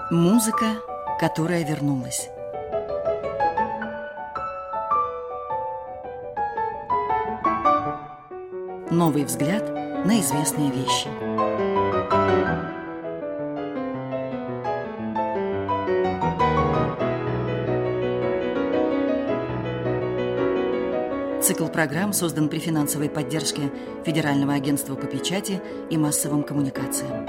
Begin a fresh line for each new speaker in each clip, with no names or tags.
Музыка, которая вернулась. Новый взгляд на известные вещи. Цикл программ создан при финансовой поддержке Федерального агентства по печати и массовым коммуникациям.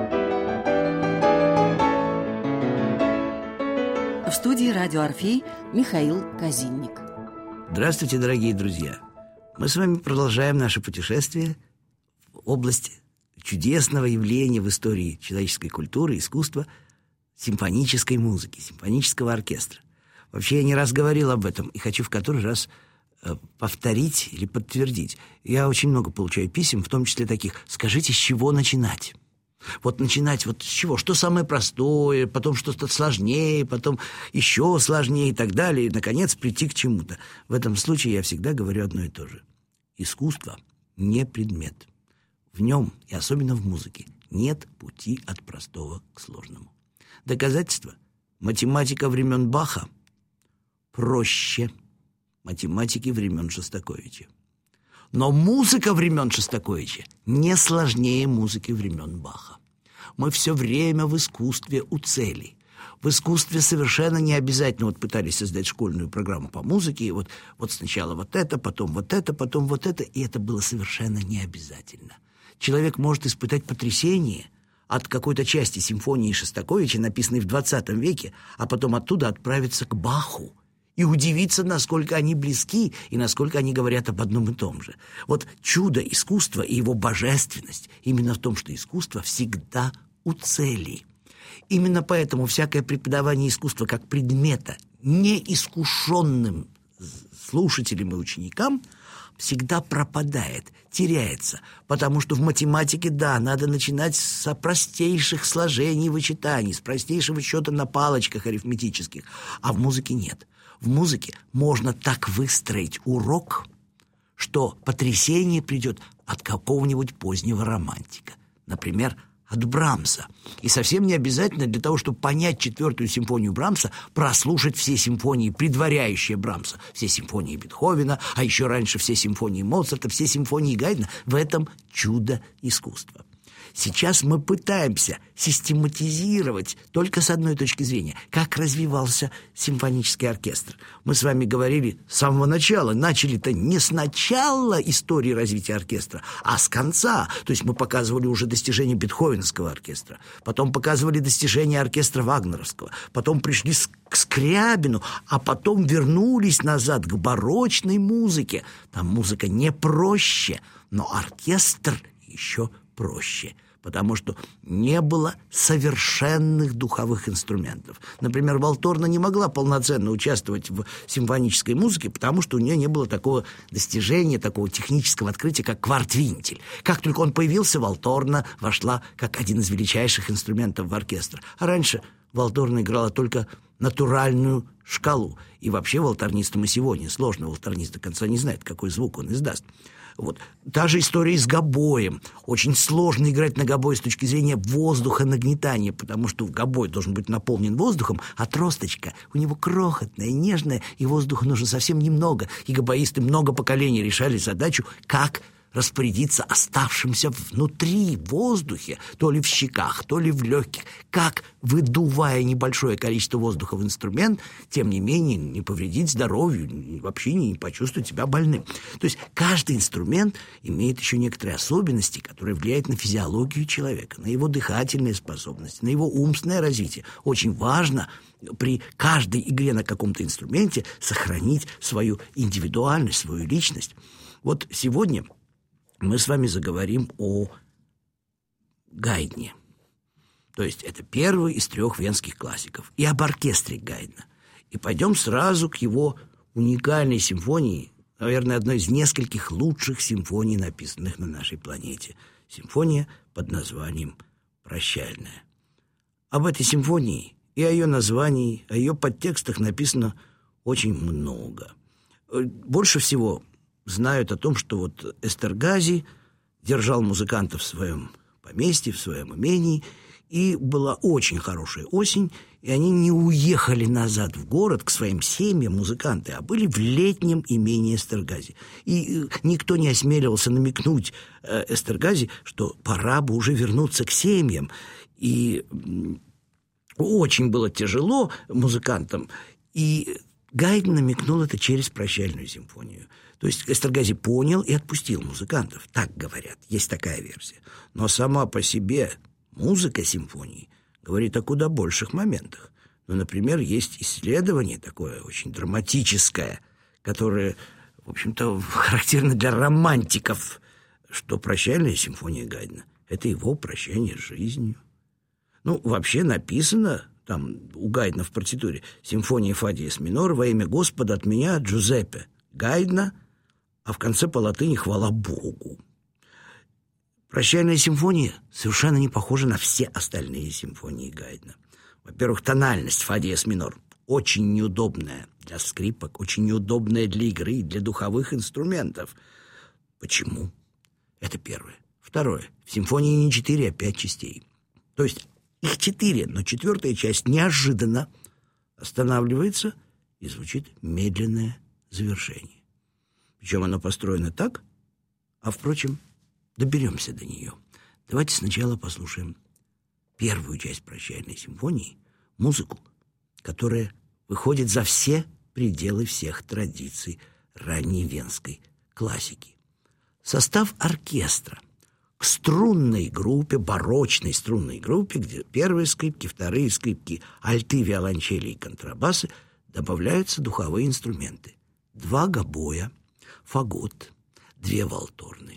В студии «Радио Орфей» Михаил Казинник.
Здравствуйте, дорогие друзья! Мы с вами продолжаем наше путешествие в область чудесного явления в истории человеческой культуры, искусства, симфонической музыки, симфонического оркестра. Вообще, я не раз говорил об этом и хочу в который раз повторить или подтвердить. Я очень много получаю писем, в том числе таких: «Скажите, с чего начинать?» Вот начинать вот с чего? Что самое простое, потом что-то сложнее, потом еще сложнее и так далее, и, наконец, прийти к чему-то. В этом случае я всегда говорю одно и то же. Искусство не предмет. В нем, и особенно в музыке, нет пути от простого к сложному. Доказательство? Математика времен Баха проще математики времен Шостаковича. Но музыка времен Шостаковича не сложнее музыки времен Баха. Мы все время в искусстве у цели. В искусстве совершенно не обязательно. Вот пытались создать школьную программу по музыке, и вот сначала вот это, потом вот это, потом вот это, и это было совершенно не обязательно. Человек может испытать потрясение от какой-то части симфонии Шостаковича, написанной в 20 веке, а потом оттуда отправиться к Баху и удивиться, насколько они близки и насколько они говорят об одном и том же. Вот чудо искусства и его божественность именно в том, что искусство всегда у цели. Именно поэтому всякое преподавание искусства как предмета неискушенным слушателям и ученикам всегда пропадает, теряется, потому что в математике, да, надо начинать с простейших сложений и вычитаний, с простейшего счета на палочках арифметических, а в музыке нет. В музыке можно так выстроить урок, что потрясение придет от какого-нибудь позднего романтика. Например, от Брамса. И совсем не обязательно для того, чтобы понять 4-ю симфонию Брамса, прослушать все симфонии, предваряющие Брамса. Все симфонии Бетховена, а еще раньше все симфонии Моцарта, все симфонии Гайдна. В этом чудо искусства. Сейчас мы пытаемся систематизировать только с одной точки зрения, как развивался симфонический оркестр. Мы с вами говорили с самого начала, начали-то не с начала истории развития оркестра, а с конца. То есть мы показывали уже достижения бетховенского оркестра, потом показывали достижения оркестра вагнеровского, потом пришли к Скрябину, а потом вернулись назад к барочной музыке. Там музыка не проще, но оркестр еще проще, потому что не было совершенных духовых инструментов. Например, Валторна не могла полноценно участвовать в симфонической музыке, потому что у нее не было такого достижения, такого технического открытия, как квартвинтель. Как только он появился, Валторна вошла как один из величайших инструментов в оркестр. А раньше Валторна играла только натуральную шкалу. И вообще валторнистам и сегодня сложно. Валторнист до конца не знает, какой звук он издаст. Вот. Та же история и с гобоем. Очень сложно играть на гобое с точки зрения воздуха нагнетания, потому что гобой должен быть наполнен воздухом, а тросточка у него крохотная, нежная, и воздуха нужно совсем немного. И гобоисты много поколений решали задачу, как распорядиться оставшимся внутри воздухе, то ли в щеках, то ли в легких, как, выдувая небольшое количество воздуха в инструмент, тем не менее не повредить здоровью, вообще не почувствовать себя больным. То есть каждый инструмент имеет еще некоторые особенности, которые влияют на физиологию человека, на его дыхательные способности, на его умственное развитие. Очень важно при каждой игре на каком-то инструменте сохранить свою индивидуальность, свою личность. Вот сегодня мы с вами заговорим о Гайдне. То есть это первый из 3 венских классиков. И об оркестре Гайдна. И пойдем сразу к его уникальной симфонии, наверное, одной из нескольких лучших симфоний, написанных на нашей планете. Симфония под названием «Прощальная». Об этой симфонии и о ее названии, о ее подтекстах написано очень много. Больше всего знают о том, что вот Эстергази держал музыкантов в своем поместье, в своем имении, И была очень хорошая осень, и они не уехали назад в город к своим семьям, музыканты, а были в летнем имении Эстергази. И никто не осмеливался намекнуть Эстергази, что пора бы уже вернуться к семьям. И очень было тяжело музыкантам, и Гайдн намекнул это через прощальную симфонию. То есть Эстергази понял и отпустил музыкантов. Так говорят, есть такая версия. Но сама по себе музыка симфонии говорит о куда больших моментах. Ну, например, есть исследование такое очень драматическое, которое, в общем-то, характерно для романтиков, что прощальная симфония Гайдна — это его прощание с жизнью. Ну, вообще написано там у Гайдна в партитуре: симфония фа диез минор во имя Господа от меня, Джузеппе Гайдна, а в конце по латыни «Хвала Богу». Прощальная симфония совершенно не похожа на все остальные симфонии Гайдна. Во-первых, тональность фа диез минор очень неудобная для скрипок, очень неудобная для игры и для духовых инструментов. Почему? Это первое. Второе. В симфонии не 4, а 5 частей. То есть их 4, но 4-я часть неожиданно останавливается, и звучит медленное завершение. Причем оно построено так, впрочем, доберемся до нее. Давайте сначала послушаем первую часть прощальной симфонии, музыку, которая выходит за все пределы всех традиций ранней венской классики. Состав оркестра к струнной группе, барочной струнной группе, где первые скрипки, вторые скрипки, альты, виолончели и контрабасы, добавляются духовые инструменты: 2 гобоя, фагот, 2 валторны.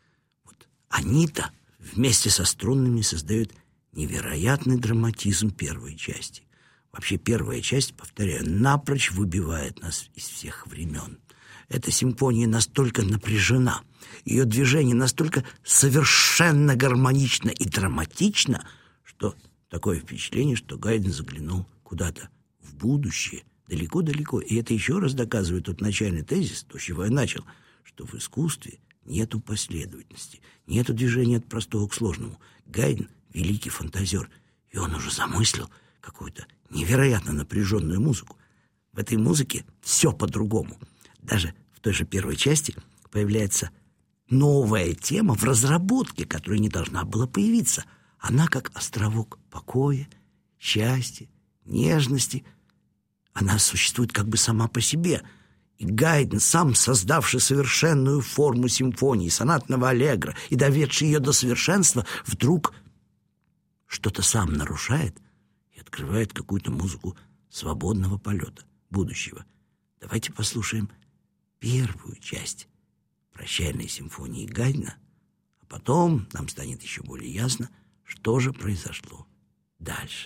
Они-то вместе со струнными создают невероятный драматизм первой части. Вообще первая часть, повторяю, напрочь выбивает нас из всех времен. Эта симфония настолько напряжена, ее движение настолько совершенно гармонично и драматично, что такое впечатление, что Гайдн заглянул куда-то в будущее, далеко-далеко. И это еще раз доказывает тот начальный тезис, то, с чего я начал, что в искусстве нету последовательности, нету движения от простого к сложному. Гайдн — великий фантазер, и он уже замыслил какую-то невероятно напряженную музыку. В этой музыке все по-другому. Даже в той же первой части появляется новая тема в разработке, которая не должна была появиться. Она как островок покоя, счастья, нежности. Она существует как бы сама по себе. И Гайдн, сам создавший совершенную форму симфонии, сонатного аллегро и доведший ее до совершенства, вдруг что-то сам нарушает и открывает какую-то музыку свободного полета, будущего. Давайте послушаем первую часть прощальной симфонии Гайдна, а потом нам станет еще более ясно, что же произошло дальше.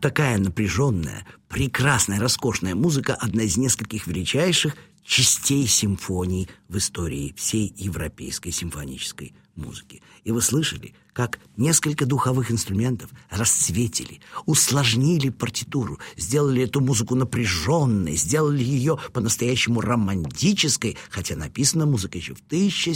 такая напряженная, прекрасная, роскошная музыка – одна из нескольких величайших частей симфоний в истории всей европейской симфонической музыки. И вы слышали, как несколько духовых инструментов расцветили, усложнили партитуру, сделали эту музыку напряженной, сделали ее по-настоящему романтической, хотя написана музыка еще в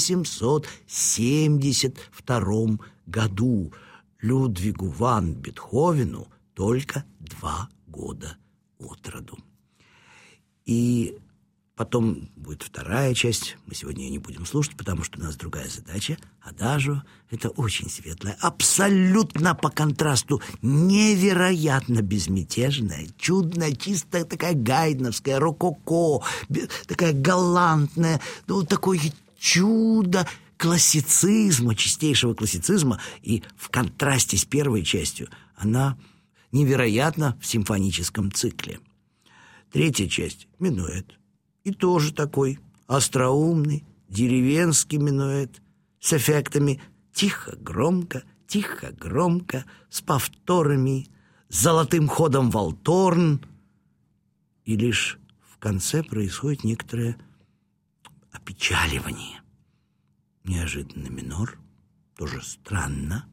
1772 году. Людвигу ван Бетховену только 2 года от роду. И потом будет вторая часть. Мы сегодня ее не будем слушать, потому что у нас другая задача. Адажио — это очень светлая, абсолютно по контрасту невероятно безмятежная, чудная, чистая такая гайдновская, рококо, такая галантная, ну, такое чудо классицизма, чистейшего классицизма. И в контрасте с первой частью она невероятна в симфоническом цикле. Третья часть — минуэт. И тоже такой остроумный, деревенский минуэт с эффектами тихо-громко, с повторами, с золотым ходом валторн. И лишь в конце происходит некоторое опечаливание. Неожиданно минор, тоже странно,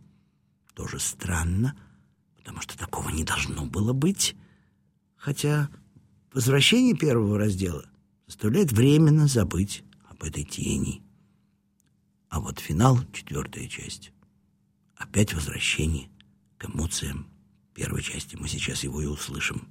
потому что такого не должно было быть. Хотя возвращение первого раздела заставляет временно забыть об этой тени. А вот финал, 4-я часть, опять возвращение к эмоциям первой части. Мы сейчас его и услышим.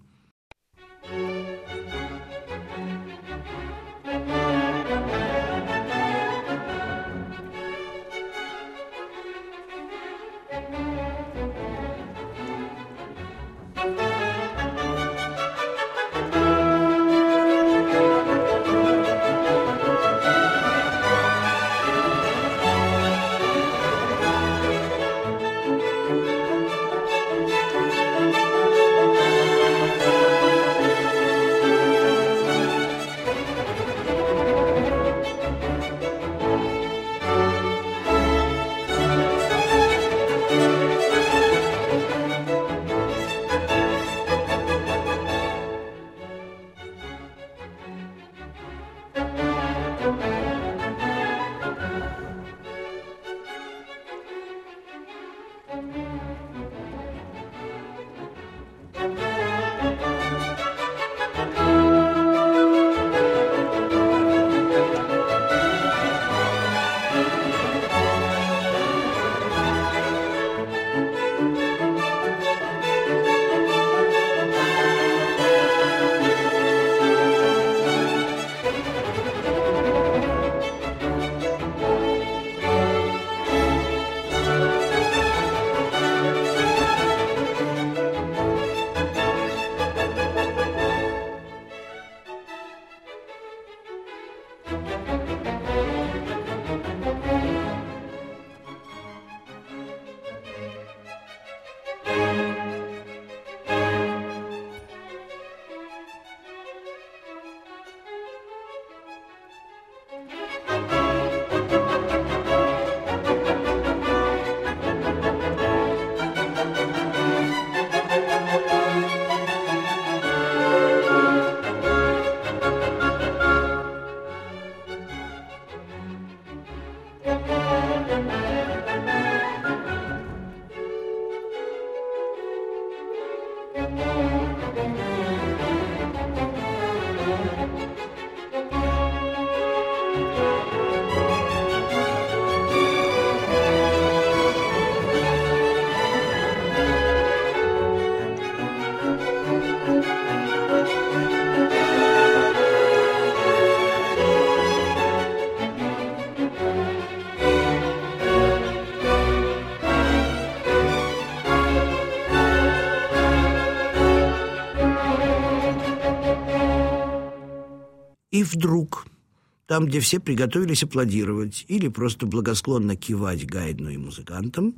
И вдруг, там, где все приготовились аплодировать или просто благосклонно кивать Гайдну и музыкантам,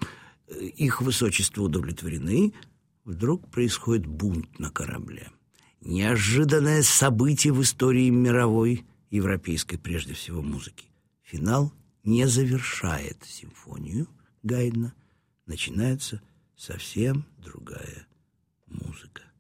их высочество удовлетворены, вдруг происходит бунт на корабле. Неожиданное событие в истории мировой, европейской прежде всего музыки. Финал не завершает симфонию Гайдна, начинается совсем другая музыка.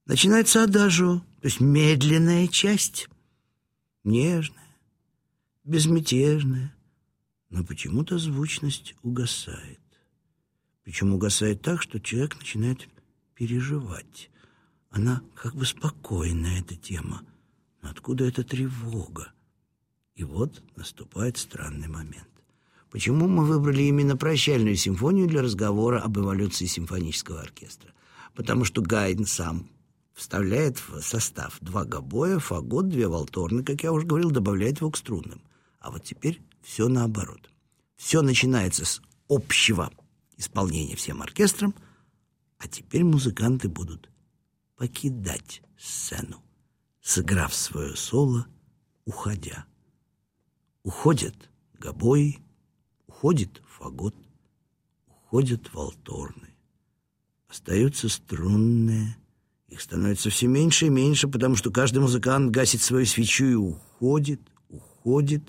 Начинается адажио, то есть медленная часть, нежная, безмятежная, но почему-то звучность угасает. Причем угасает так, что человек начинает переживать. Она как бы спокойная, эта тема. Но откуда эта тревога? И вот наступает странный момент. Почему мы выбрали именно прощальную симфонию для разговора об эволюции симфонического оркестра? Потому что Гайдн сам вставляет в состав 2 гобоя, фагот, 2 валторны, как я уже говорил, добавляет его к струнным. А вот теперь все наоборот. Все начинается с общего исполнения всем оркестром, а теперь музыканты будут покидать сцену, сыграв свое соло, уходя. Уходят гобои, уходит фагот, уходят валторны. Остаются струнные. Их становится все меньше и меньше, потому что каждый музыкант гасит свою свечу и уходит.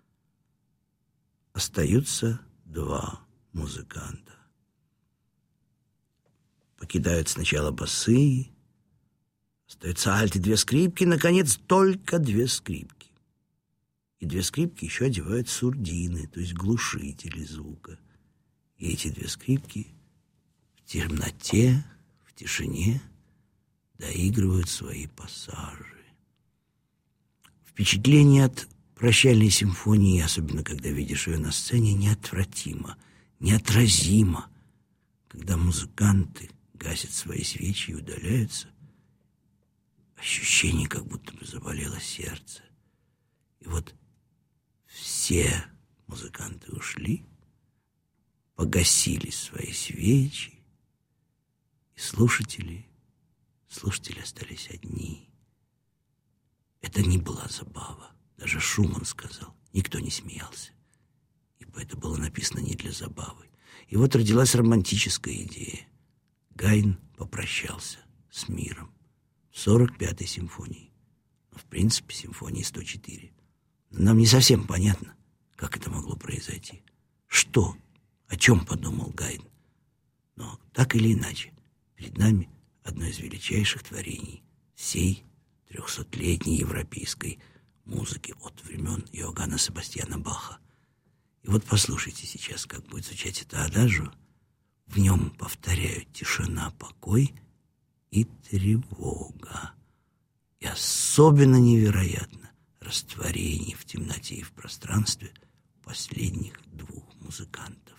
Остаются 2 музыканта. Покидают сначала басы, остаются альты, 2 скрипки, наконец, только 2 скрипки. И 2 скрипки еще одевают сурдины, то есть глушители звука. И эти 2 скрипки в темноте, в тишине доигрывают свои пассажи. Впечатление от прощальной симфонии, особенно когда видишь ее на сцене, неотвратимо, неотразимо. Когда музыканты гасят свои свечи и удаляются, ощущение, как будто бы заболело сердце. И вот все музыканты ушли, погасили свои свечи, и слушатели остались одни. Это не была забава. Даже Шуман сказал, никто не смеялся, ибо это было написано не для забавы. И вот родилась романтическая идея. Гайдн попрощался с миром в 45-й симфонии. Но, в принципе, симфонии 104. Но нам не совсем понятно, как это могло произойти. Что, о чем подумал Гайдн. Но так или иначе, перед нами одно из величайших творений всей 300-летней европейской музыки от времен Иоганна Себастьяна Баха. И вот послушайте сейчас, как будет звучать это адажио. В нем повторяют тишина, покой и тревога. И особенно невероятно растворение в темноте и в пространстве последних 2 музыкантов.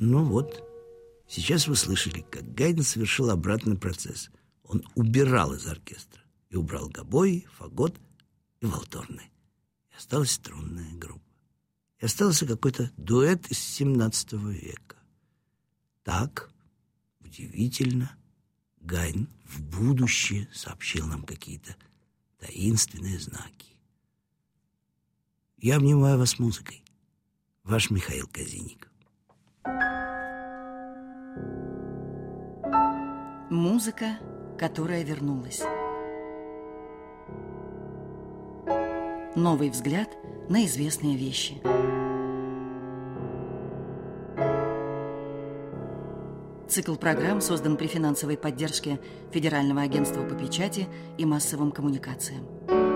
Ну вот, сейчас вы слышали, как Гайдн совершил обратный процесс. Он убирал из оркестра. И убрал гобой, фагот и валторны. И осталась струнная группа. И остался какой-то дуэт из 17 века. Так, удивительно, Гайдн в будущее сообщил нам какие-то таинственные знаки. Я обнимаю вас музыкой. Ваш Михаил Казинников.
Музыка, которая вернулась. Новый взгляд на известные вещи. Цикл программ создан при финансовой поддержке Федерального агентства по печати и массовым коммуникациям.